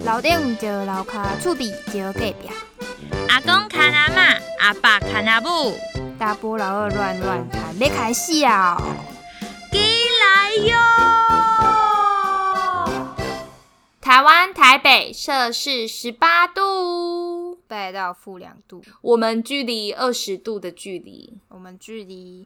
楼顶就楼骹，厝边就隔壁。 阿公看阿嬷，阿爸看阿母， 大波老二乱谈，要开始啊！ 进来哟！ 台湾台北摄氏18度， 北海道-2度， 我们距离20度的距离， 我们距离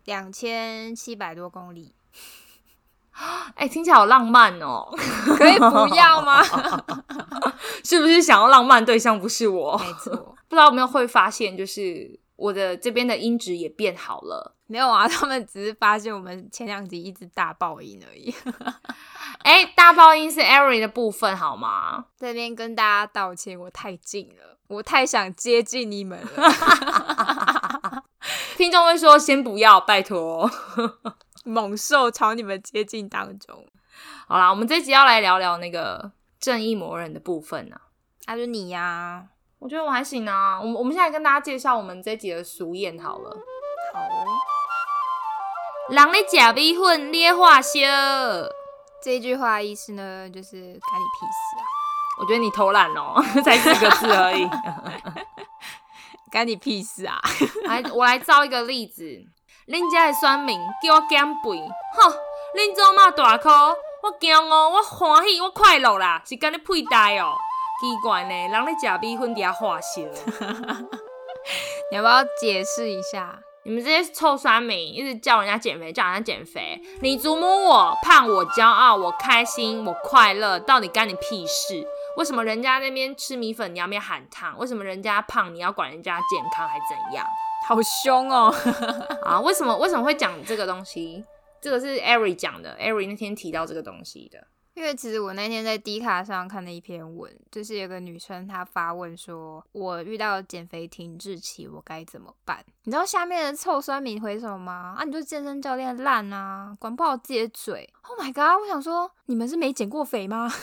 2700多公里。 听起来好浪漫哦！ 可以不要吗？ 是不是想要浪漫对象不是我？ 没错， 不知道有没有会发现，就是我的这边的音质也变好了。 没有啊，他们只是发现我们前2集一直大爆音而已。 大爆音是 Ari 的部分好吗？ 这边跟大家道歉，我太近了，我太想接近你们了。 听众会说先不要，拜托。 猛兽朝你们接近当中。 好啦，我们这集要来聊聊那个正义魔人的部分啊。 就你呀。 我觉得我还行啊。我们现在跟大家介绍我们这集的俗谚好了。 好哦。 人咧吃米粉，你咧化烧。 这句话的意思呢，就是干你屁事啊！ 我觉得你偷懒哦，才4个字而已。 干你屁事啊！ 我来造一个例子。恁家的选民叫我减肥，吼！恁做嘛大箍，我惊哦，我欢喜，我快乐啦，是干你屁呆哦！奇怪呢，人咧吃米粉，伫遐化烧。 你要不要解释一下？ 你们这些臭酸民一直叫人家减肥，叫人家减肥，你祖母我胖，我骄傲，我开心，我快乐，到底干你屁事？为什么人家那边吃米粉你要那边喊烫？为什么人家胖你要管人家健康还怎样？ 好凶哦！ 啊，为什么会讲这个东西？这个是 Ari 讲的 ，Ari 那天提到这个东西的。 因为其实我那天在 D 卡上看了一篇文，就是有个女生她发问说，我遇到减肥停滞期，我该怎么办？你知道下面的臭酸民回什么吗？你就健身教练烂啊，管不好自己的嘴。Oh my god！ 我想说，你们是没减过肥吗？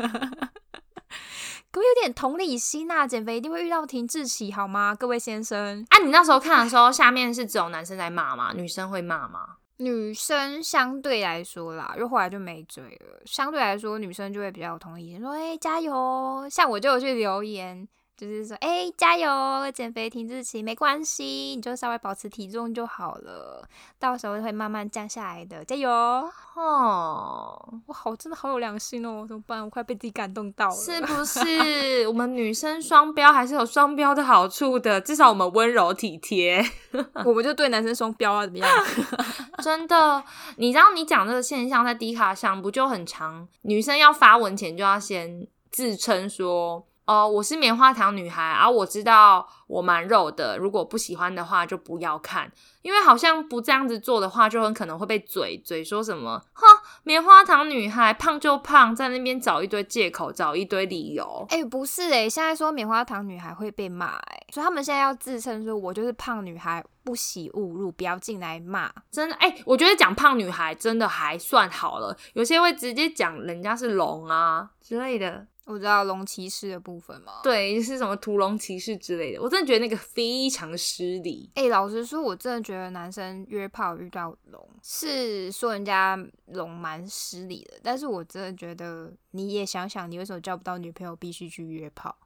各位有点同理心啊，减肥一定会遇到停滞期好吗？各位先生。 你那时候看的时候，下面是只有男生在骂吗？女生会骂吗？ 女生相对来说啦，因为后来就没追了。相对来说，女生就会比较有同理心，说加油。像我就有去留言，就是说加油，减肥停滞期没关系，你就稍微保持体重就好了，到时候会慢慢降下来的，加油。哇，真的好有良心哦，怎么办？我快被自己感动到了。 是不是？我们女生双标还是有双标的好处的，至少我们温柔体贴。 我们就对男生双标啊，怎么样？ 真的，你知道你讲这个现象在 D 卡上不就很常？女生要发文前就要先自称说，我是棉花糖女孩，我知道我蛮肉的，如果不喜欢的话就不要看，因为好像不这样子做的话就很可能会被嘴说什么棉花糖女孩胖就胖，在那边找一堆借口，找一堆理由。 不是现在说棉花糖女孩会被骂所以他们现在要自称说我就是胖女孩，不喜勿入，不要进来骂。 真的我觉得讲胖女孩真的还算好了，有些会直接讲人家是龙啊之类的。 我知道龙骑士的部分吗？ 对，是什么屠龙骑士之类的，我真的觉得那个非常失礼。 老实说，我真的觉得男生约炮遇到龙是说人家龙蛮失礼的，但是我真的觉得你也想想，你为什么交不到女朋友必须去约炮？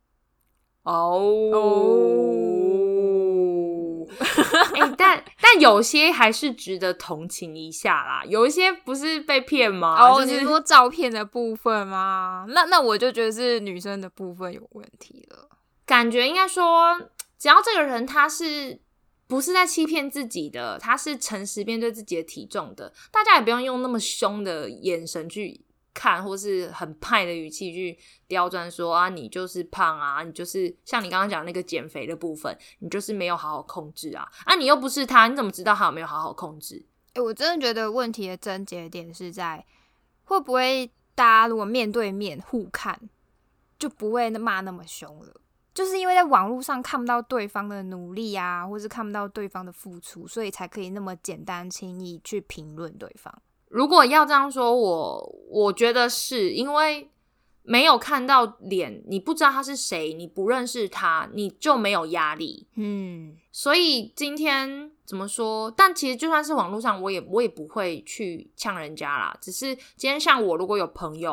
但有些还是值得同情一下啦，有一些不是被骗吗？ 你说照片的部分吗？那我就觉得是女生的部分有问题了。 感觉应该说，只要这个人他是不是在欺骗自己的，他是诚实面对自己的体重的，大家也不用用那么凶的眼神去看，或是很派的语气去刁钻说你就是胖啊，你就是像你刚刚讲那个减肥的部分，你就是没有好好控制啊，你又不是他，你怎么知道他有没有好好控制？ 我真的觉得问题的症结点是在会不会大家如果面对面互看，就不会骂那么凶了。就是因为在网络上看不到对方的努力啊，或是看不到对方的付出，所以才可以那么简单轻易去评论对方。 如果要这样说，我觉得是因为没有看到脸，你不知道他是谁，你不认识他，你就没有压力。所以今天怎么说？但其实就算是网络上，我也不会去呛人家啦。只是今天像我如果有朋友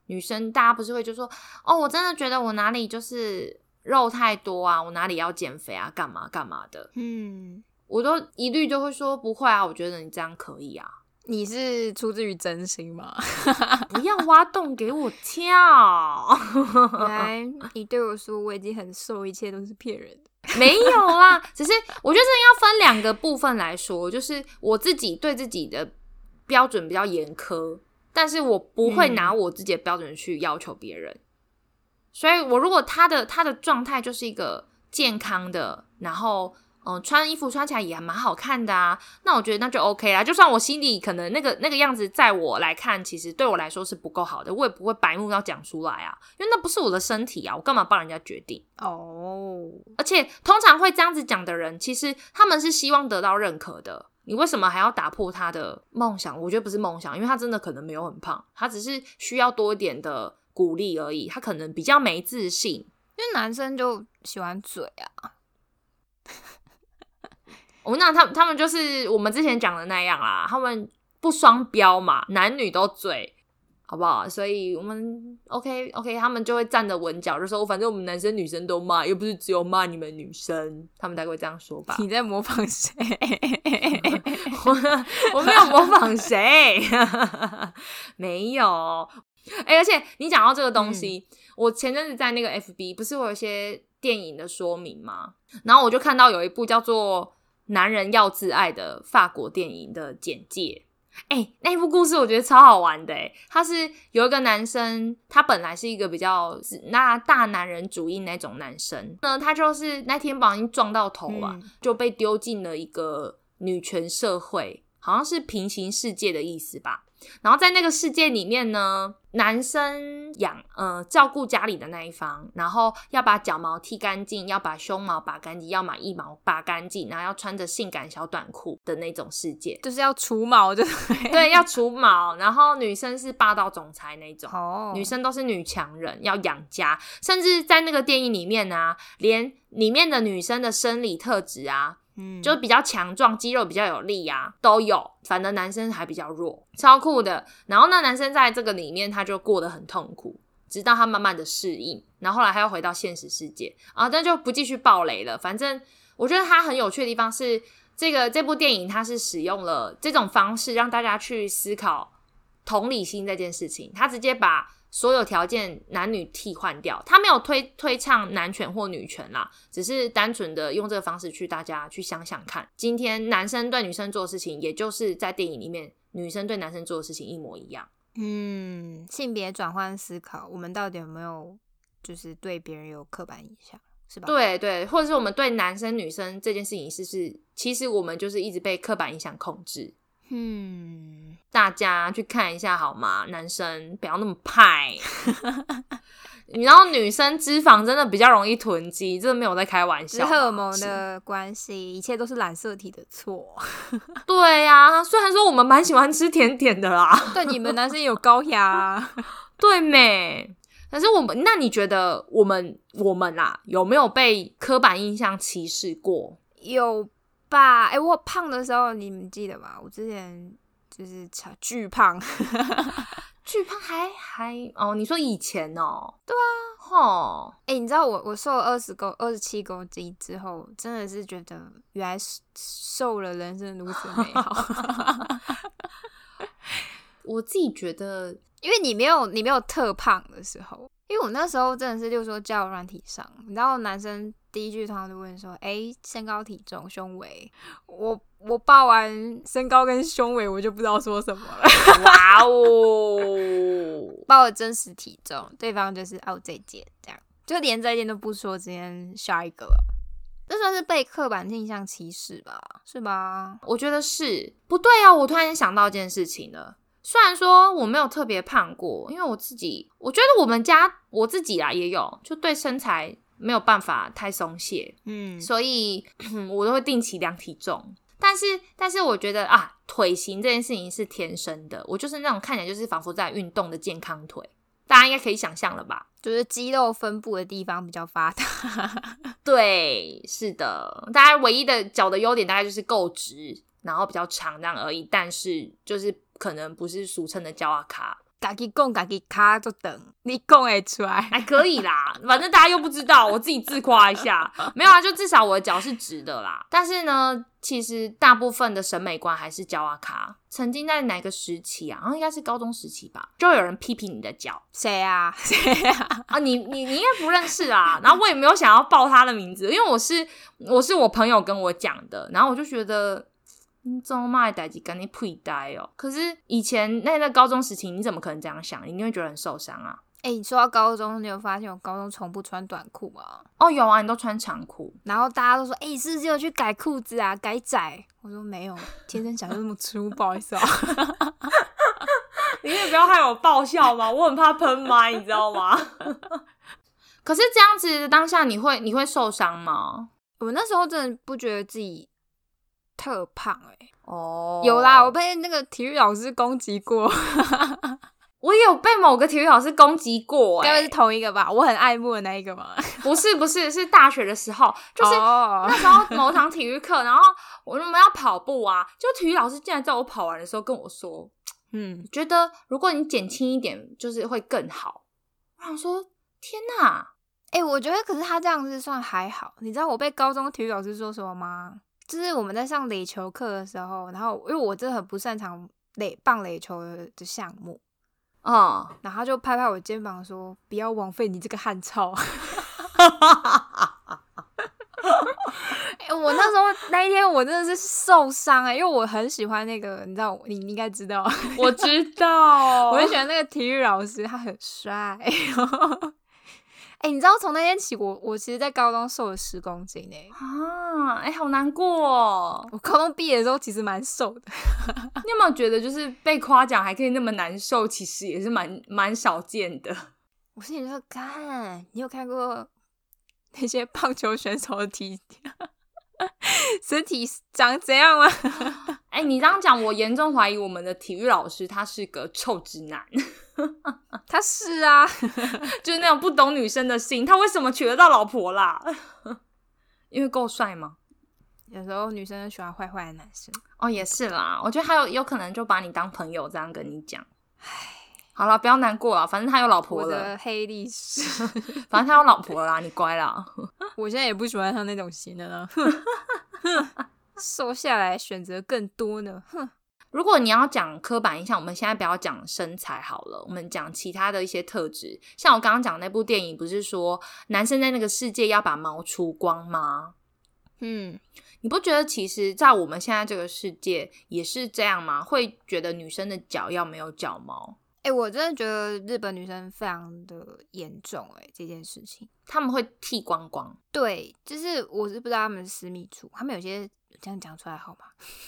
女生大家不是会就说哦，我真的觉得我哪里就是肉太多啊，我哪里要减肥啊，干嘛干嘛的。我都一律就会说不会啊，我觉得你这样可以啊。 你是出自于真心吗？ 不要挖洞给我跳。 原来你对我说我已经很瘦，一切都是骗人的。 没有啦，只是我觉得这要分两个部分来说，就是我自己对自己的标准比较严苛，但是我不会拿我自己的标准去要求别人。所以我如果他的状态就是一个健康的，然后穿衣服穿起来也蛮好看的啊，那我觉得那就 OK 啦。就算我心里可能那个样子在我来看其实对我来说是不够好的，我也不会白目要讲出来啊，因为那不是我的身体啊，我干嘛帮人家决定。而且通常会这样子讲的人，其实他们是希望得到认可的，你为什么还要打破他的梦想？我觉得不是梦想，因为他真的可能没有很胖，他只是需要多一点的鼓励而已，他可能比较没自信。 因为男生就喜欢嘴啊。 那他们就是我们之前讲的那样啦，他们不双标嘛，男女都嘴，好不好？所以我们 OK， 他们就会站得稳脚，就说反正我们男生女生都骂，又不是只有骂你们女生，他们大概会这样说吧。 你在模仿谁？ 我没有模仿谁。没有。而且你讲到这个东西，我前阵子在那个 FB 不是会有一些电影的说明吗？然后我就看到有一部叫做男人要自爱的法国电影的简介。那一部故事我觉得超好玩的。他是有一个男生，他本来是一个比较大男人主义那种男生呢，他就是那天不小心撞到头啊，就被丢进了一个女权社会，好像是平行世界的意思吧。然后在那个世界里面呢，男生照顾家里的那一方，然后要把脚毛剃干净，要把胸毛拔干净，要把腋毛拔干净，然后要穿着性感小短裤的那种世界， 就是要除毛就对，要除毛。然后女生是霸道总裁那种，女生都是女强人，要养家。甚至在那个电影里面啊，连里面的女生的生理特质啊，就比较强壮，肌肉比较有力啊，都有。反正男生还比较弱，超酷的。然后那男生在这个里面他就过得很痛苦，直到他慢慢的适应，然后后来他又回到现实世界啊，但就不继续爆雷了。反正我觉得他很有趣的地方是，这部电影它是使用了这种方式让大家去思考同理心这件事情，他直接把所有条件男女替换掉，他没有推倡男权或女权啦，只是单纯的用这个方式去大家去想想看，今天男生对女生做的事情，也就是在电影里面女生对男生做的事情一模一样。 性别转换思考，我们到底有没有就是对别人有刻板印象，是吧？ 对，或者是我们对男生女生这件事情是其实我们就是一直被刻板印象控制。大家去看一下好吗？男生不要那么派。然后女生脂肪真的比较容易囤积，这没有在开玩笑， 是荷尔蒙的关系，一切都是染色体的错。 对啊，虽然说我们蛮喜欢吃甜点的啦， 但你们男生有高压啊。 对咩？可是那你觉得我们啦，有没有被刻板印象歧视过？ 有吧。我胖的时候你们记得吗？我之前就是巨胖。 巨胖还你说以前哦？ 对啊。你知道我瘦了27公斤之后，真的是觉得原来瘦了人生如此美好。 我自己觉得， 因为你没有特胖的时候，因为我那时候真的是就是说交友软体上，你知道男生第一句通常就问说身高体重胸围，我报完身高跟胸围我就不知道说什么了。 哇哦。 报了真实体重，对方就是再见，这样就连再见都不说，直接下一个了。这算是被刻板印象歧视吧？是吧？ 我觉得是。不对啊，我突然想到一件事情了。虽然说我没有特别胖过，因为我觉得我自己啦也有，就对身材没有办法太松懈，所以我都会定期量体重。但是我觉得腿型这件事情是天生的，我就是那种看起来就是仿佛在运动的健康腿，大家应该可以想象了吧？ 就是肌肉分布的地方比较发达。 对，是的，大家唯一的脚的优点大概就是够直，然后比较长这样而已，但是就是可能不是俗称的脚卡。 自己讲自己卡就长，你讲会出来？ 哎，可以啦，反正大家又不知道，我自己自夸一下。没有啊，就至少我的脚是直的啦。但是呢，其实大部分的审美观还是脚啊卡。曾经在哪个时期啊？应该是高中时期吧，就有人批评你的脚。 谁啊？谁啊？ 啊，你应该不认识啊。然后我也没有想要报他的名字，因为我是我朋友跟我讲的，然后我就觉得。你这么骂的代志跟你屁呆哦！可是以前那个高中时期，你怎么可能这样想？你一定会觉得很受伤啊！ 你说到高中，你有发现我高中从不穿短裤吗？ 哦，有啊，你都穿长裤， 然后大家都说，是不是有去改裤子啊，改窄？我说没有，天生脚就那么粗，不好意思啊。 你也不要害我爆笑嘛，我很怕喷麦，你知道吗？可是这样子当下你会受伤吗？ 我那时候真的不觉得自己特胖哦， 有啦，我被那个体育老师攻击过。 我也有被某个体育老师攻击过该不会是同一个吧？我很爱慕的那一个吗？ 不是，是大学的时候，就是那时候某堂体育课，然后我们要跑步啊，就体育老师竟然在我跑完的时候跟我说，觉得如果你减轻一点，就是会更好。我想说，天哪！ 我觉得可是他这样子算还好。你知道我被高中体育老师说什么吗？就是我们在上垒球课的时候，然后因为我真的很不擅长棒垒球的项目，然后他就拍拍我肩膀说：“不要枉费你这个汗臭。”我那时候那一天我真的是受伤因为我很喜欢那个，你知道，你应该知道， 我知道， 我很喜欢那个体育老师，他很帅。你知道从那天起，我其实在高中瘦了10公斤好难过哦。 我高中毕业的时候其实蛮瘦的。 你有没有觉得就是被夸奖还可以那么难受，其实也是蛮少见的。 我心里说，看你有看过那些棒球选手的身体长怎样吗？ 你这样讲，我严重怀疑我们的体育老师他是个臭直男。 他是啊， 就是那种不懂女生的心，他为什么娶得到老婆啦？因为够帅吗？ 有时候女生喜欢坏坏的男生。 也是啦，我觉得他有可能就把你当朋友这样跟你讲。好了，不要难过啦，反正他有老婆了。 我的黑历史。 反正他有老婆了啦，你乖啦。 我现在也不喜欢他那种型的了。瘦下来选择更多呢。 如果你要讲刻板印象，我们现在不要讲身材好了，我们讲其他的一些特质。像我刚刚讲那部电影，不是说男生在那个世界要把毛除光吗？你不觉得其实在我们现在这个世界也是这样吗？会觉得女生的脚要没有脚毛？ 我真的觉得日本女生非常的严重这件事情， 他们会剃光光。 对，就是我是不知道他们的私密处，他们有些这样讲出来好吗？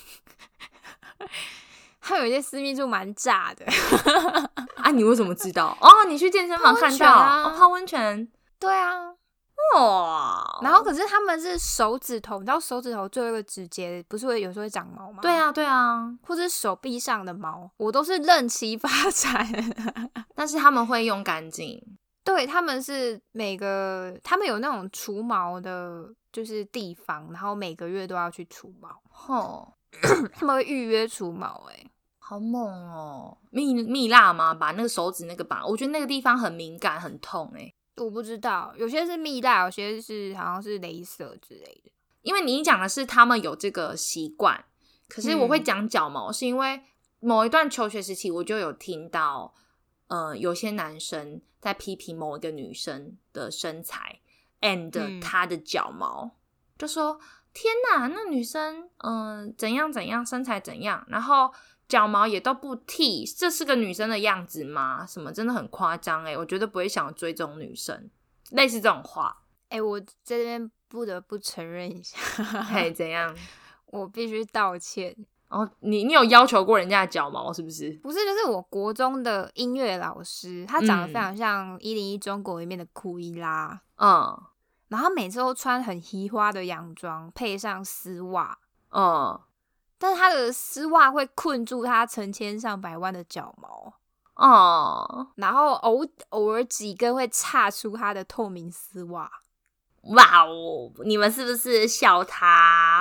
他们有些私密处蛮炸的。 你为什么知道？你去健身房看到泡温泉？ 对啊。然后可是他们是手指头，你知道手指头最后一个指节不是有时候会长毛吗？ 对啊， 或者手臂上的毛，我都是任其发展。 但是他们会用干净。 对，他们是他们有那种除毛的就是地方，然后每个月都要去除毛。他们会预约除毛好猛哦。蜜蜡吗？把那个手指那个我觉得那个地方很敏感很痛我不知道，有些是蜜蜡，有些是好像是雷射之类的。 因为你讲的是他们有这个习惯，可是我会讲脚毛是因为某一段求学时期我就有听到有些男生在批评某一个女生的身材 and 她的脚毛，就说天哪，那女生怎样怎样，身材怎样，然后脚毛也都不剃，这是个女生的样子吗？什么真的很夸张我绝对不会想追这种女生，类似这种话。 我这边不得不承认一下。 怎样？ 我必须道歉。 你有要求过人家的脚毛是不是？ 不是，就是我国中的音乐老师，他长得非常像101中国里面的库伊拉。然后每次都穿很奇花的洋装，配上丝袜。但是他的丝袜会困住他成千上百万的脚毛。然后偶尔几根会岔出他的透明丝袜。 哇哦，你们是不是笑他？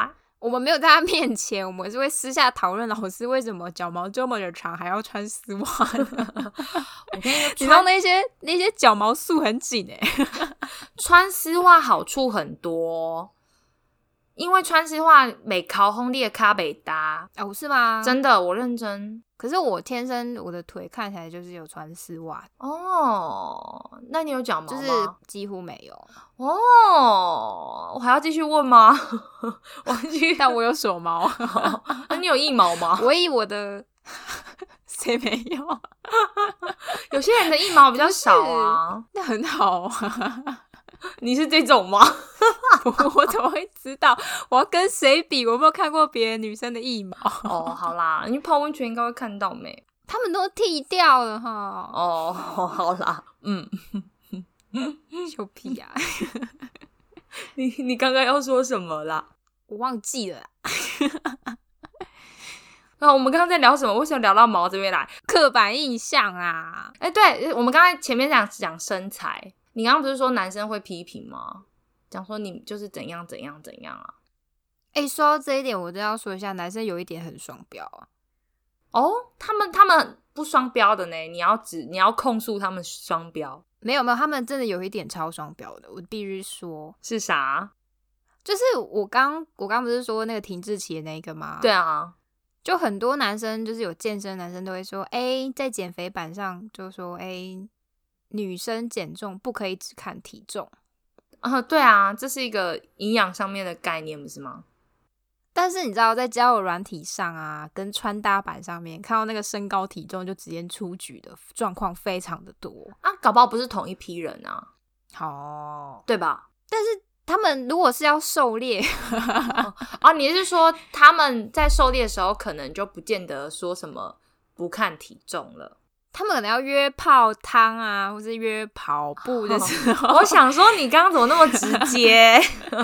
我们没有在他面前，我们是会私下讨论老师为什么脚毛这么的长还要穿丝袜呢？ 我跟你说， 你知道那些脚毛束很紧穿丝袜好处很多，因为穿丝袜每烤烘你的卡北搭哦，是吗？ 真的，我认真。 可是我天生我的腿看起来就是有穿丝袜哦，那你有脚毛吗？ 就是几乎没有哦，我还要继续问吗？我继续， 但我有手毛。 那你有腋毛吗？ 我以我的谁没有？ 有些人的腋毛比较少啊， 那很好啊。 你是这种吗？ 我怎么会知道？我要跟谁比？我有没有看过别的女生的腋毛？ 哦，好啦，你泡温泉应该会看到没？ 他们都剃掉了哈。 哦，好啦， 臭屁啊！ 你刚刚要说什么啦？ 我忘记了啦。 那我们刚刚在聊什么？为什么聊到毛这边来？ 刻板印象啊！ 对，我们刚才前面讲身材，你刚刚不是说男生会批评吗？讲说你就是怎样怎样怎样啊？ 说到这一点，我都要说一下，男生有一点很双标啊。 哦，他们不双标的呢，你要控诉他们双标？ 没有，他们真的有一点超双标的，我必须说。 是啥？ 就是我刚不是说那个停滞期的那个吗？ 对啊， 就很多男生就是有健身男生都会说，在减肥板上就说，女生减重不可以只看体重。 对啊，这是一个营养上面的概念，不是吗？ 但是你知道，在交友软体上啊，跟穿搭板上面看到那个身高体重就直接出局的状况非常的多啊，搞不好不是同一批人啊，对吧？ 但是他们如果是要狩猎你是说他们在狩猎的时候可能就不见得说什么不看体重了？ 他们可能要约泡汤啊，或是约跑步的时候， 我想说你刚刚怎么那么直接？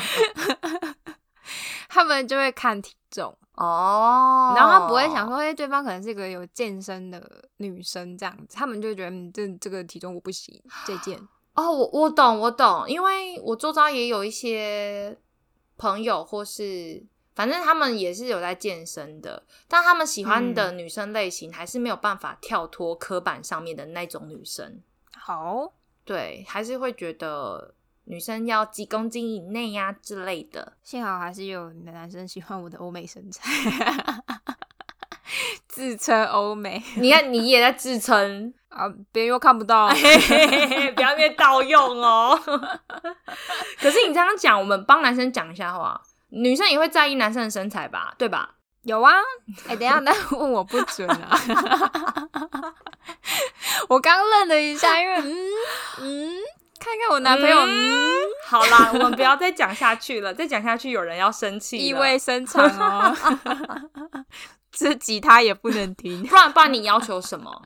他们就会看体重哦， 然后他不会想说，对方可能是一个有健身的女生这样子，他们就觉得这个体重我不行，这件。 我懂，因为我周遭也有一些朋友，或是反正他们也是有在健身的，但他们喜欢的女生类型还是没有办法跳脱刻板上面的那种女生。 好， 对，还是会觉得女生要几公斤以内呀之类的。 幸好还是有男生喜欢我的欧美身材，自称欧美。 你看，你也在自称啊，别人又看不到， 不要别盗用哦。可是你这样讲，我们帮男生讲一下话，女生也会在意男生的身材吧？对吧？ 有啊，等一下，那问我不准啊。我刚愣了一下，因为看看我男朋友， 好啦，我们不要再讲下去了，再讲下去有人要生气了， 意味深长哦。这集他也不能听， 不然你要求什么？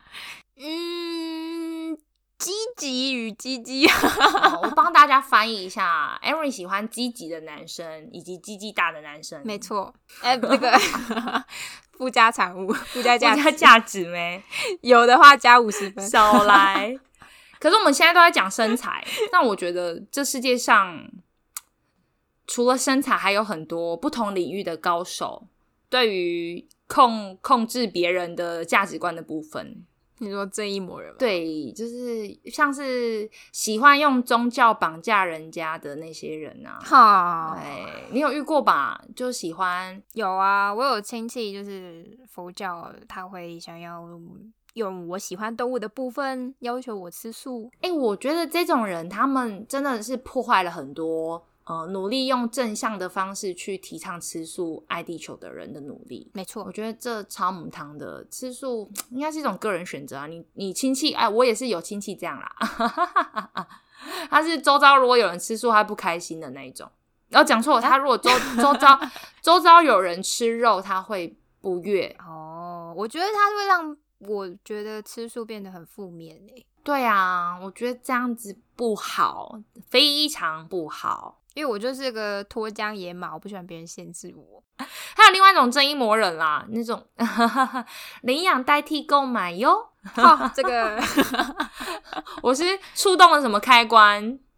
积极与鸡鸡。 我帮大家翻译一下 Erin 喜欢积极的男生以及鸡鸡大的男生。 没错，那个附加产物，附加价值没有的话加50分， 少来。可是我们现在都在讲身材，那我觉得这世界上除了身材还有很多不同领域的高手，对于控制别人的价值观的部分。 你说正义魔人吗？ 对，就是像是喜欢用宗教绑架人家的那些人啊。对，你有遇过吧？就喜欢。 有啊，我有亲戚就是佛教，他会想要用我喜欢动物的部分要求我吃素。 我觉得这种人他们真的是破坏了很多努力用正向的方式去提倡吃素爱地球的人的努力。 没错， 我觉得这超母汤的。吃素应该是一种个人选择啊，你亲戚我也是有亲戚这样啦。他是周遭如果有人吃素他不开心的那一种。讲错，他如果周遭有人吃肉他会不悦。 我觉得他会让我觉得吃素变得很负面对啊，我觉得这样子不好，非常不好。 因为我就是个脱缰野马，我不喜欢别人限制我。 还有另外一种正义魔人啦，那种领养代替购买哟。 这个我是触动了什么开关，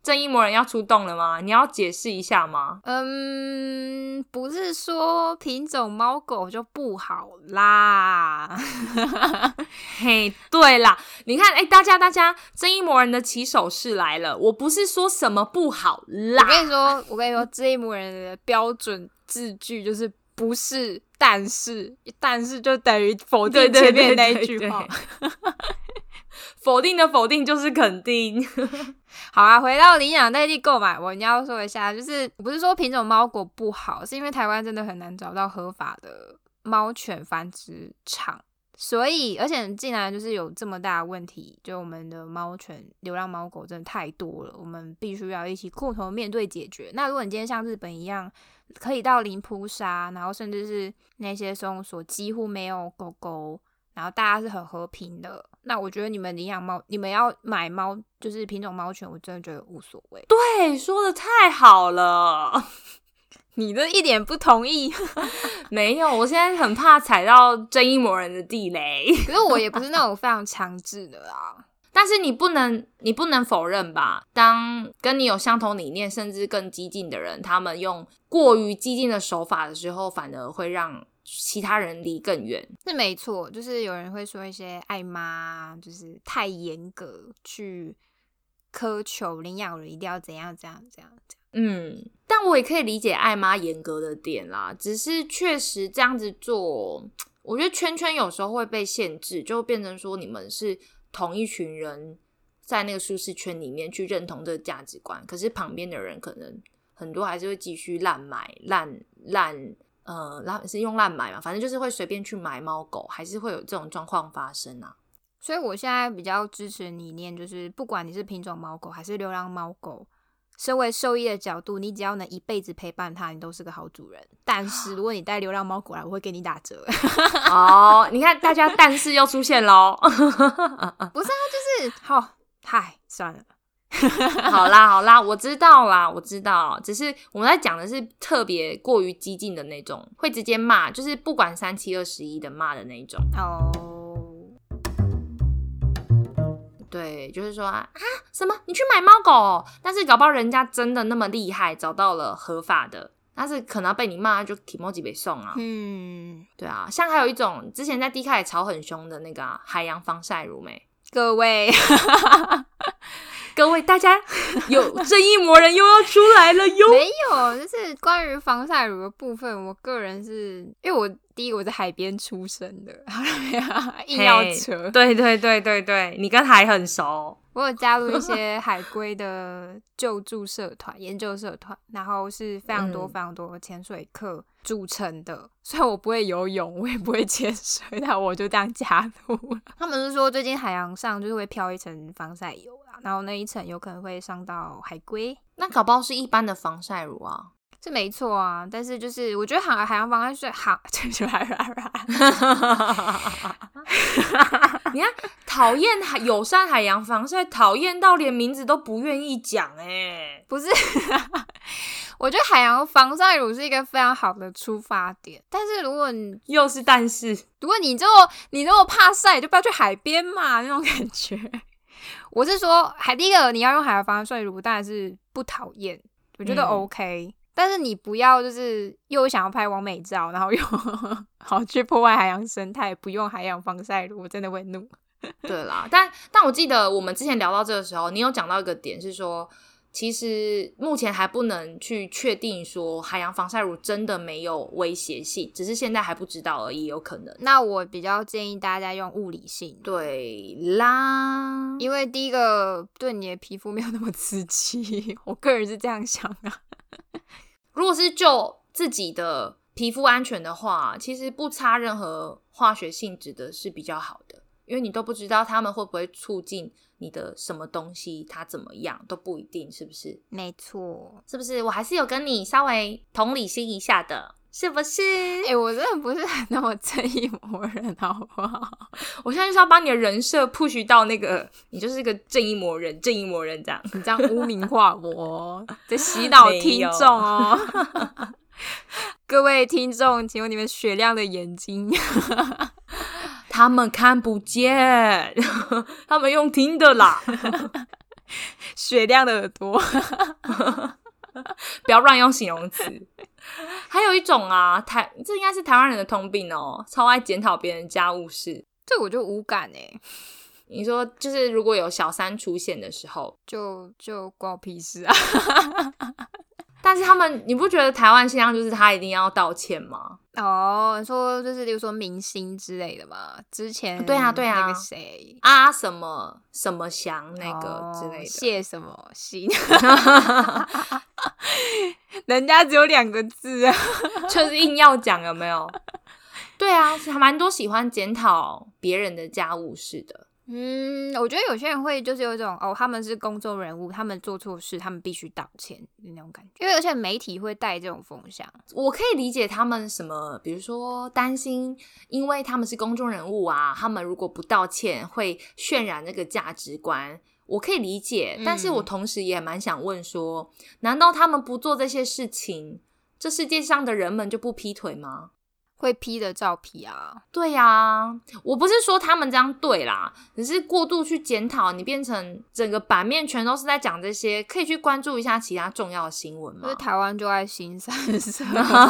正义魔人要出动了吗？你要解释一下吗？ 不是说品种猫狗就不好啦。 嘿，对啦，你看，大家，正义魔人的起手式来了。我不是说什么不好啦， 我跟你说，正义魔人的标准字句就是不是，但是就等于否定前面那一句话。 对否定的否定就是肯定。 好啊，回到领养代替购买，我要说一下，就是不是说品种猫狗不好，是因为台湾真的很难找到合法的猫犬繁殖场，所以而且竟然就是有这么大的问题，就我们的猫犬流浪猫狗真的太多了，我们必须要一起共同面对解决。那如果你今天像日本一样可以到零扑杀，然后甚至是那些收容所几乎没有狗狗，然后大家是很和平的，那我觉得你们领养猫，你们要买猫就是品种猫犬，我真的觉得无所谓。 对，说的太好了。 你这一点不同意。 没有，我现在很怕踩到正义魔人的地雷。 可是我也不是那种非常强制的啦。 但是你不能否认吧，当跟你有相同理念甚至更激进的人，他们用过于激进的手法的时候，反而会让其他人离更远。是没错，就是有人会说一些爱妈就是太严格去苛求领养人一定要怎样。 但我也可以理解爱妈严格的点啦，只是确实这样子做，我觉得圈圈有时候会被限制，就变成说你们是同一群人在那个舒适圈里面去认同这个价值观，可是旁边的人可能很多还是会继续滥买是用滥买嘛，反正就是会随便去买猫狗，还是会有这种状况发生啊。 所以我现在比较支持理念，就是不管你是品种猫狗还是流浪猫狗，身为兽医的角度，你只要能一辈子陪伴它，你都是个好主人。但是如果你带流浪猫狗来，我会给你打折。 哦，你看大家但是又出现咯。 不是啊，就是算了。 好啦，我知道，只是我们在讲的是特别过于激进的那种，会直接骂，就是不管3721的骂的那种。对，就是说什么你去买猫狗，但是搞不好人家真的那么厉害，找到了合法的，但是可能被你骂就提莫吉被送啊。对啊，像还有一种之前在 D 卡也吵很凶的那个海洋防晒乳各位大家有正义魔人又要出来了哟。 没有，就是关于防晒乳的部分，我个人是因为我第一个我在海边出生的，硬要扯。 对，你跟海很熟。 我有加入一些海龟的救助社团、研究社团，然后是非常多非常多潜水课组成的。虽然我不会游泳，我也不会潜水，但我就这样加入了。他们是说最近海洋上就是会飘一层防晒油啦，然后那一层有可能会伤到海龟。那搞不好是一般的防晒乳啊。 是没错啊，但是就是我觉得海洋防晒水你看讨厌友善海洋防晒，讨厌到连名字都不愿意讲不是我觉得海洋防晒乳是一个非常好的出发点，但是如果你如果你这么怕晒，就不要去海边嘛，那种感觉。我是说第一个你要用海洋防晒乳当然是不讨厌，我觉得 OK，但是你不要就是又想要拍完美照，然后又好去破坏海洋生态，不用海洋防晒乳，我真的会怒。 对啦，但我记得我们之前聊到这个时候，你有讲到一个点是说，其实目前还不能去确定说海洋防晒乳真的没有威胁性，只是现在还不知道而已，有可能。 那我比较建议大家用物理性。 对啦， 因为第一个对你的皮肤没有那么刺激，我个人是这样想啊。 如果是就自己的皮肤安全的话，其实不擦任何化学性质的是比较好的，因为你都不知道他们会不会促进你的什么东西，它怎么样都不一定，是不是？ 没错， 是不是？我还是有跟你稍微同理心一下的，是不是？ 我真的不是很那么正义魔人，好不好？ 我现在就是要把你的人设 push 到那个，你就是个正义魔人这样， 你这样污名化我，在洗脑听众哦。各位听众，请用你们雪亮的眼睛。 他们看不见，他们用听的啦。 雪亮的耳朵。 不要乱用形容词。还有一种啊，这应该是台湾人的通病哦，超爱检讨别人家务事。 这我就无感你说就是如果有小三出现的时候， 就关我屁事啊。 但是你不觉得台湾现象就是他一定要道歉吗？ 哦，你说就是比如说明星之类的嘛，之前对啊那个谁啊什么什么祥那个之类的， 谢什么心。人家只有2个字啊。 就是硬要讲，有没有？对啊，还蛮多喜欢检讨别人的家务事的。 我觉得有些人会就是有一种他们是公众人物，他们做错事，他们必须道歉的那种感觉。因为而且媒体会带这种风向， 我可以理解他们什么，比如说担心，因为他们是公众人物啊，他们如果不道歉会渲染那个价值观，我可以理解。但是我同时也蛮想问说，难道他们不做这些事情，这世界上的人们就不劈腿吗？ 会劈的照劈啊。 对啊，我不是说他们这样对啦，只是过度去检讨，你变成整个版面全都是在讲这些，可以去关注一下其他重要的新闻吗？ 因为台湾就爱新三色。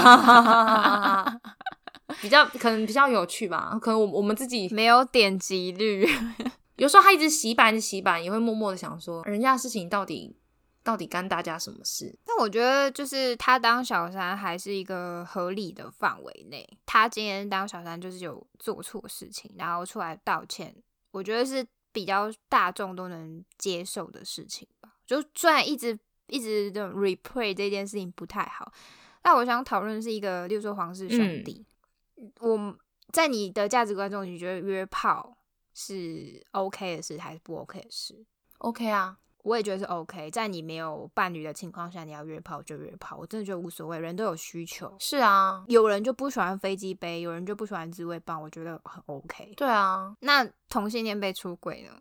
可能比较有趣吧，可能我们自己没有点击率。 有时候他一直洗版也会默默的想说，人家的事情到底干大家什么事？ 但我觉得就是他当小三还是一个合理的范围内，他今天当小三就是有做错事情，然后出来道歉，我觉得是比较大众都能接受的事情吧。就虽然一直的 replay 这件事情不太好，但我想讨论的是一个，例如说黄氏兄弟，我在你的价值观中，你觉得约炮是 OK 的事还是不 OK 的事？ OK 啊， 我也觉得是 OK， 在你没有伴侣的情况下，你要约炮就约炮，我真的觉得无所谓，人都有需求。 是啊， 有人就不喜欢飞机杯，有人就不喜欢自慰棒，我觉得很 OK。 对啊， 那同性恋被出轨呢？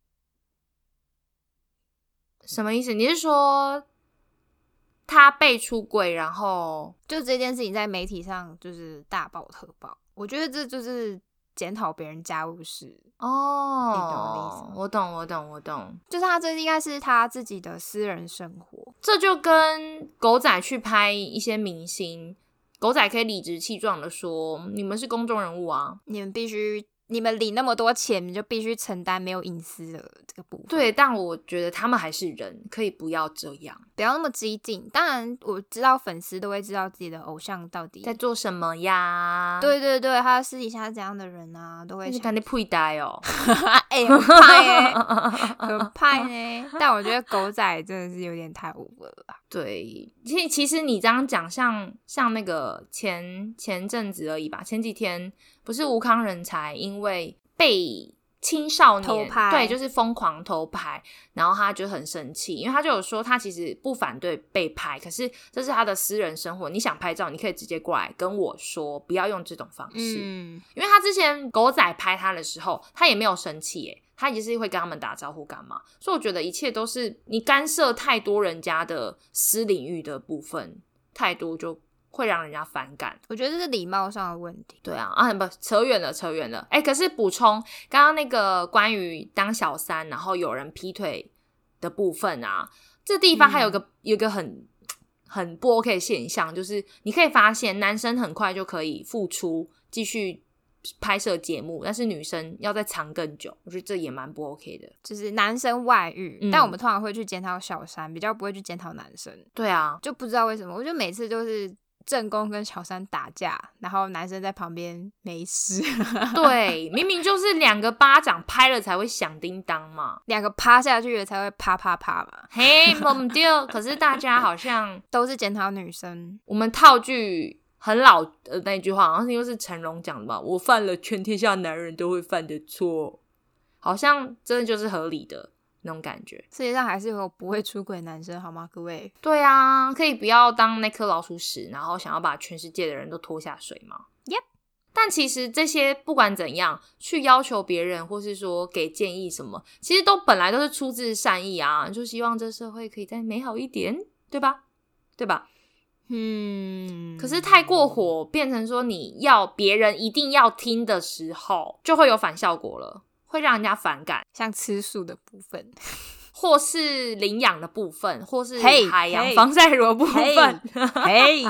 什么意思？你是说他被出轨，然后就这件事情在媒体上就是大爆特爆，我觉得这就是检讨别人家务事。 哦， 你懂我的意思吗？ 我懂， 就是他这应该是他自己的私人生活。 这就跟狗仔去拍一些明星，狗仔可以理直气壮的说，你们是公众人物啊， 你们领那么多钱，你就必须承担没有隐私的这个部分。 对，但我觉得他们还是人，可以不要这样， 不要那么激进。当然，我知道粉丝都会知道自己的偶像到底在做什么呀。 对对对，他私底下是怎样的人啊，都会想。 看你屁呆哦， 很怕耶，很怕呢。但我觉得狗仔真的是有点太 over 了。 对，其实你这样讲，像那个前阵子而已吧，前几天不是吴康仁才因为被青少年偷拍， 对，就是疯狂偷拍，然后他就很生气，因为他就有说他其实不反对被拍，可是这是他的私人生活，你想拍照你可以直接过来跟我说，不要用这种方式。因为他之前狗仔拍他的时候，他也没有生气耶，他也是会跟他们打招呼干嘛，所以我觉得一切都是你干涉太多人家的私领域的部分，太多就会让人家反感。 我觉得这是礼貌上的问题。 对啊，不，扯远了。可是补充刚刚那个关于当小三然后有人劈腿的部分啊，这地方还有一个很不 OK 的现象，就是你可以发现男生很快就可以复出继续拍摄节目，但是女生要再藏更久，我觉得这也蛮不 OK 的。 就是男生外遇，但我们通常会去检讨小三，比较不会去检讨男生。 对啊， 就不知道为什么，我觉得每次就是正宫跟小三打架，然后男生在旁边没事。 对，明明就是2个巴掌拍了才会响叮当嘛 ，2个趴下去了才会啪啪啪嘛。 嘿，不对，可是大家好像都是检讨女生。 我们套句很老的那句话，好像又是成龙讲的吧，我犯了全天下男人都会犯的错，好像真的就是合理的那种感觉。 世界上还是有不会出轨男生好吗，各位？ 对啊，可以不要当那颗老鼠屎，然后想要把全世界的人都拖下水吗？ Yep。 但其实这些不管怎样去要求别人或是说给建议什么，其实都本来都是出自善意啊，就希望这社会可以再美好一点，对吧？可是太过火变成说你要别人一定要听的时候，就会有反效果了，会让人家反感。 像吃素的部分或是领养的部分，或是嘿海洋嘿防晒乳的部分。 嘿，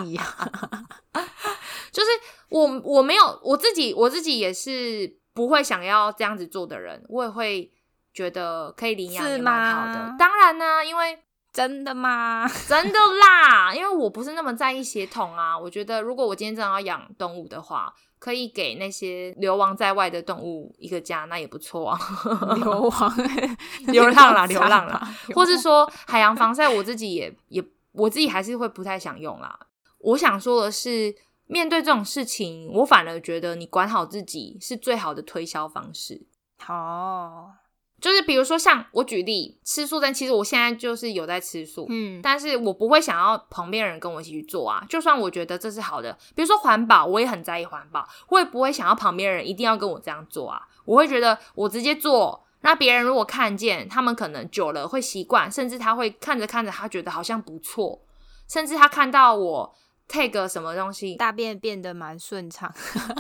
就是我没有我自己也是不会想要这样子做的人，我也会觉得可以领养也蛮好的。当然呢，因为真的吗？ 真的啦，因为我不是那么在意血统啊。我觉得如果我今天真的要养动物的话，可以给那些流亡在外的动物一个家，那也不错啊。流浪啦，或是说海洋防晒，我自己我自己还是会不太想用啦。我想说的是，面对这种事情，我反而觉得你管好自己是最好的推销方式。就是比如说像我举例吃素，但其实我现在就是有在吃素，但是我不会想要旁边人跟我一起去做啊。就算我觉得这是好的，比如说环保，我也很在意环保，我也不会想要旁边人一定要跟我这样做啊。我会觉得我直接做，那别人如果看见，他们可能久了会习惯，甚至他会看着看着他觉得好像不错，甚至他看到我 tag 什么东西， 大便变得蛮顺畅。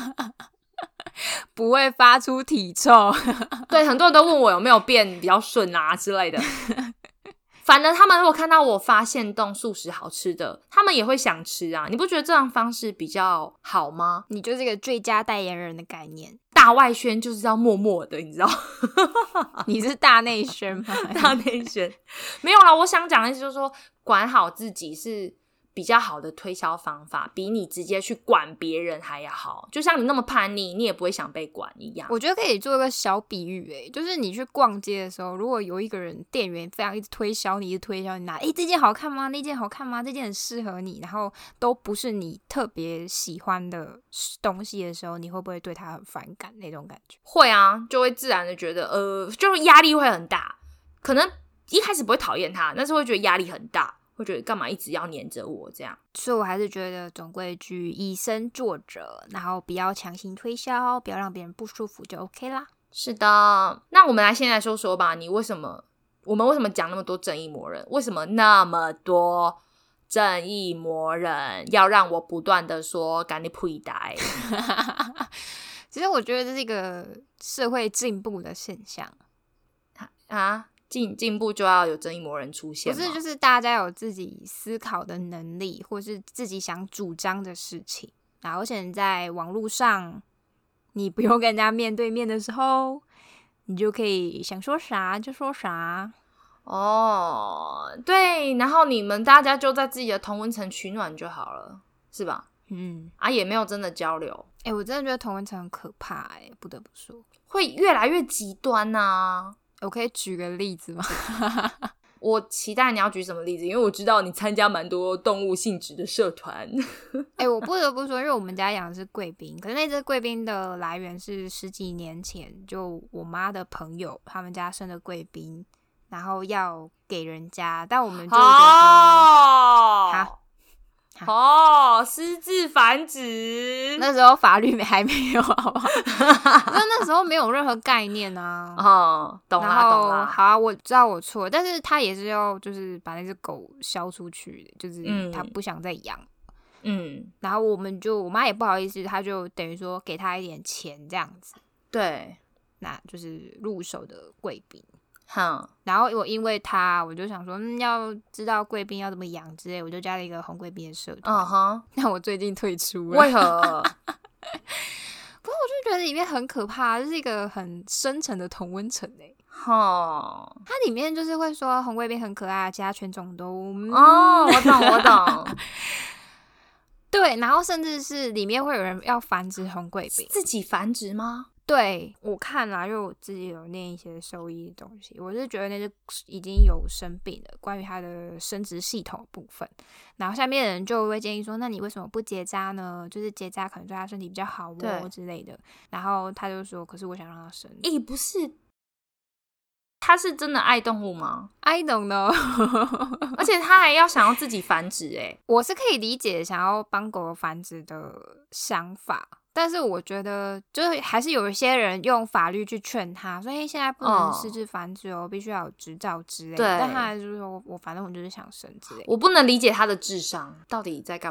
不会发出体臭。 对，很多人都问我有没有变比较顺啊之类的。反正他们如果看到我发现动素食好吃的，他们也会想吃啊。你不觉得这样方式比较好吗？ 你就是一个最佳代言人的概念。 大外宣就是要默默的，你知道。 你是大内宣吗？ 大内宣没有啦，我想讲的意思就是说，管好自己是比较好的推销方法，比你直接去管别人还要好。就像你那么叛逆，你也不会想被管一样。 我觉得可以做一个小比喻，就是你去逛街的时候，如果有一个人店员非常一直推销你，一直推销你拿，这件好看吗？那件好看吗？这件很适合你，然后都不是你特别喜欢的东西的时候，你会不会对他很反感那种感觉？ 会啊，就会自然的觉得就是压力会很大。可能一开始不会讨厌他，但是会觉得压力很大。会觉得干嘛一直要黏着我这样， 所以我还是觉得总归一句，以身作则，然后不要强行推销，不要让别人不舒服就 OK 啦。 是的，那我们先来说说吧，我们为什么讲那么多正义魔人？为什么那么多正义魔人要让我不断的说赶紧屁呆？ 其实我觉得这是一个社会进步的现象啊。进步就要有正义魔人出现吗？ 不是，就是大家有自己思考的能力，或是自己想主张的事情。然后而且在网络上，你不用跟人家面对面的时候，你就可以想说啥就说啥。 哦，对，然后你们大家就在自己的同温层取暖就好了，是吧？也没有真的交流。 我真的觉得同温层很可怕，不得不说， 会越来越极端啊。 我可以举个例子吗？ 我期待你要举什么例子，因为我知道你参加蛮多动物性质的社团。 我不得不说，因为我们家养的是贵宾，可是那只贵宾的来源是10几年前，就我妈的朋友他们家生的贵宾，然后要给人家，但我们就觉得私自繁殖。那时候法律还没有，好不好？那时候没有任何概念啊。 懂啦。 好啊，我知道我错了，但是他也是要就是把那只狗销出去，就是他不想再养。然后我妈也不好意思，她就等于说给他一点钱这样子。 对， 那就是入手的贵宾。然后我因为他，我就想说，要知道贵宾要怎么养之类，我就加了一个红贵宾的社团。那我最近退出了， 为何？ 不是，我就觉得里面很可怕，就是一个很深层的同温层它里面就是会说红贵宾很可爱，其他犬种都我懂。 对，然后甚至是里面会有人要繁殖红贵宾， 自己繁殖吗？ 对，我看啦，因为我自己有念一些兽医的东西，我是觉得那是已经有生病了，关于它的生殖系统的部分。然后下面的人就会建议说，那你为什么不结扎呢？就是结扎可能对他身体比较好之类的。然后他就说，可是我想让他生。 不是，他是真的爱动物吗？ I don't know 而且他还要想要自己繁殖我是可以理解想要帮狗繁殖的想法，但是我觉得就是还是有一些人用法律去劝他，所以现在不能私自繁殖必须要有执照之类的。但他还是说反正我就是想生之类的。 我不能理解他的智商到底在干嘛。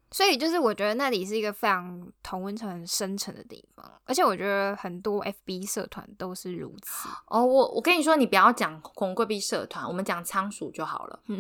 所以就是我觉得那里是一个非常同温层很深沉的地方，而且我觉得很多 FB 社团都是如此。 哦，我跟你说，你不要讲红贵宾社团，我们讲仓鼠就好了。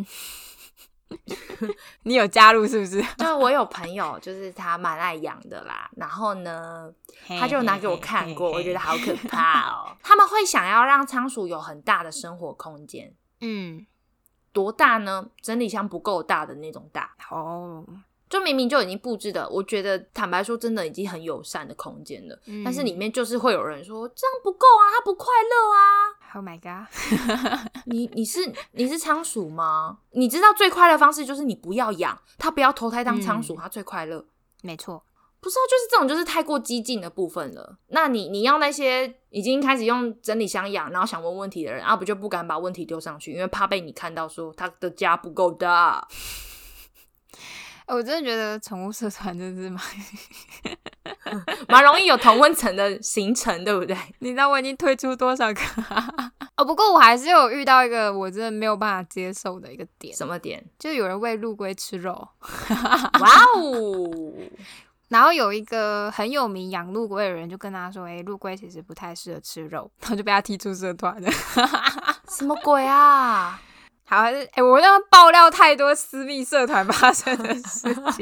你有加入是不是？ 就我有朋友，就是他蛮爱养的啦，然后呢，他就拿给我看过，我觉得好可怕哦。他们会想要让仓鼠有很大的生活空间，多大呢？整理箱不够大的那种大哦。 就明明就已经布置的，我觉得坦白说真的已经很友善的空间了，但是里面就是会有人说这样不够啊，他不快乐啊。 Oh my god 你是仓鼠吗？你知道最快乐的方式就是你不要养它，不要投胎当仓鼠，它最快乐。 没错， 不是啊，就是这种就是太过激进的部分了。那你要那些已经开始用整理箱养，然后想问问题的人，不就不敢把问题丢上去，因为怕被你看到说他的家不够大。 我真的觉得宠物社团真的是蛮容易有同温层的形成，对不对？ 你知道我已经推出多少个不过我还是有遇到一个我真的没有办法接受的一个点。 什么点？ 就有人喂陆龟吃肉。 哇哦！ 然后有一个很有名养陆龟的人就跟他说陆龟其实不太适合吃肉，然后就被他踢出社团了。 什么鬼啊？ 好，我要爆料太多私密社团发生的事情。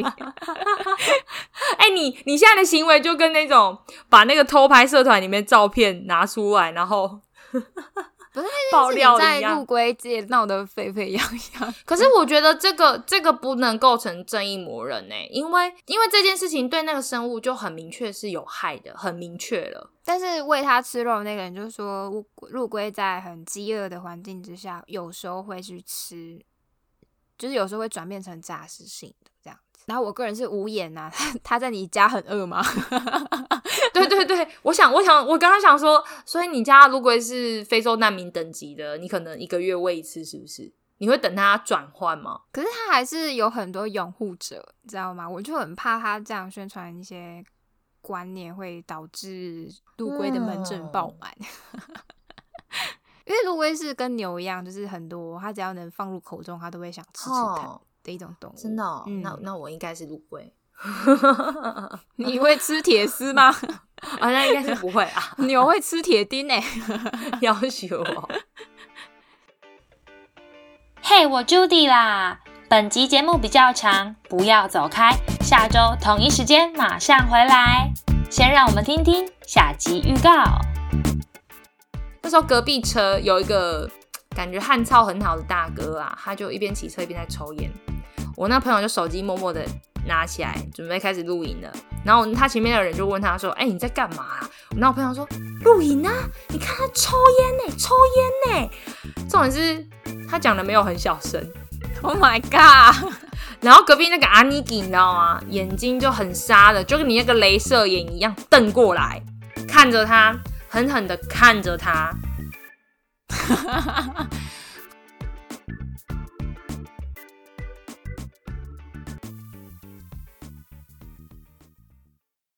你现在的行为就跟那种把那个偷拍社团里面照片拿出来，然后不是爆料在陆龟界闹得沸沸扬扬。 可是我觉得这个不能构成正义魔人因为这件事情对那个生物就很明确是有害的，很明确了。 但是喂它吃肉的那个人就说陆龟在很饥饿的环境之下有时候会去吃，就是有时候会转变成杂食性的这样子。然后我个人是无言啊，他在你家很饿吗？ 对对对，我刚刚想说，所以你家的陆龟是非洲难民等级的，你可能1个月喂一次是不是？你会等它转换吗？ 可是他还是有很多拥护者，你知道吗？我就很怕他这样宣传一些观念会导致陆龟的门诊爆满。因为陆龟是跟牛一样，就是很多它只要能放入口中它都会想吃吃看的一种动物。 真的那我应该是陆龟。 你会吃铁丝吗？ 那应该是不会啊。 牛会吃铁钉要求我。 嘿，我 Judy 啦！本集节目比较长，不要走开，下周同一时间马上回来。先让我们听听下集预告。 那时候隔壁车有一个感觉汗臭很好的大哥啊，他就一边骑车一边在抽烟。我那朋友就手机默默的拿起来，准备开始录影了。然后他前面的人就问他说：“你在干嘛啊？”然后我朋友说：“录影啊，你看他抽烟抽烟重点是他讲的没有很小声。 Oh my god！ 然后隔壁那个阿尼基你知道吗？眼睛就很杀的，就跟你那个雷射眼一样瞪过来，看着他，狠狠的看着他。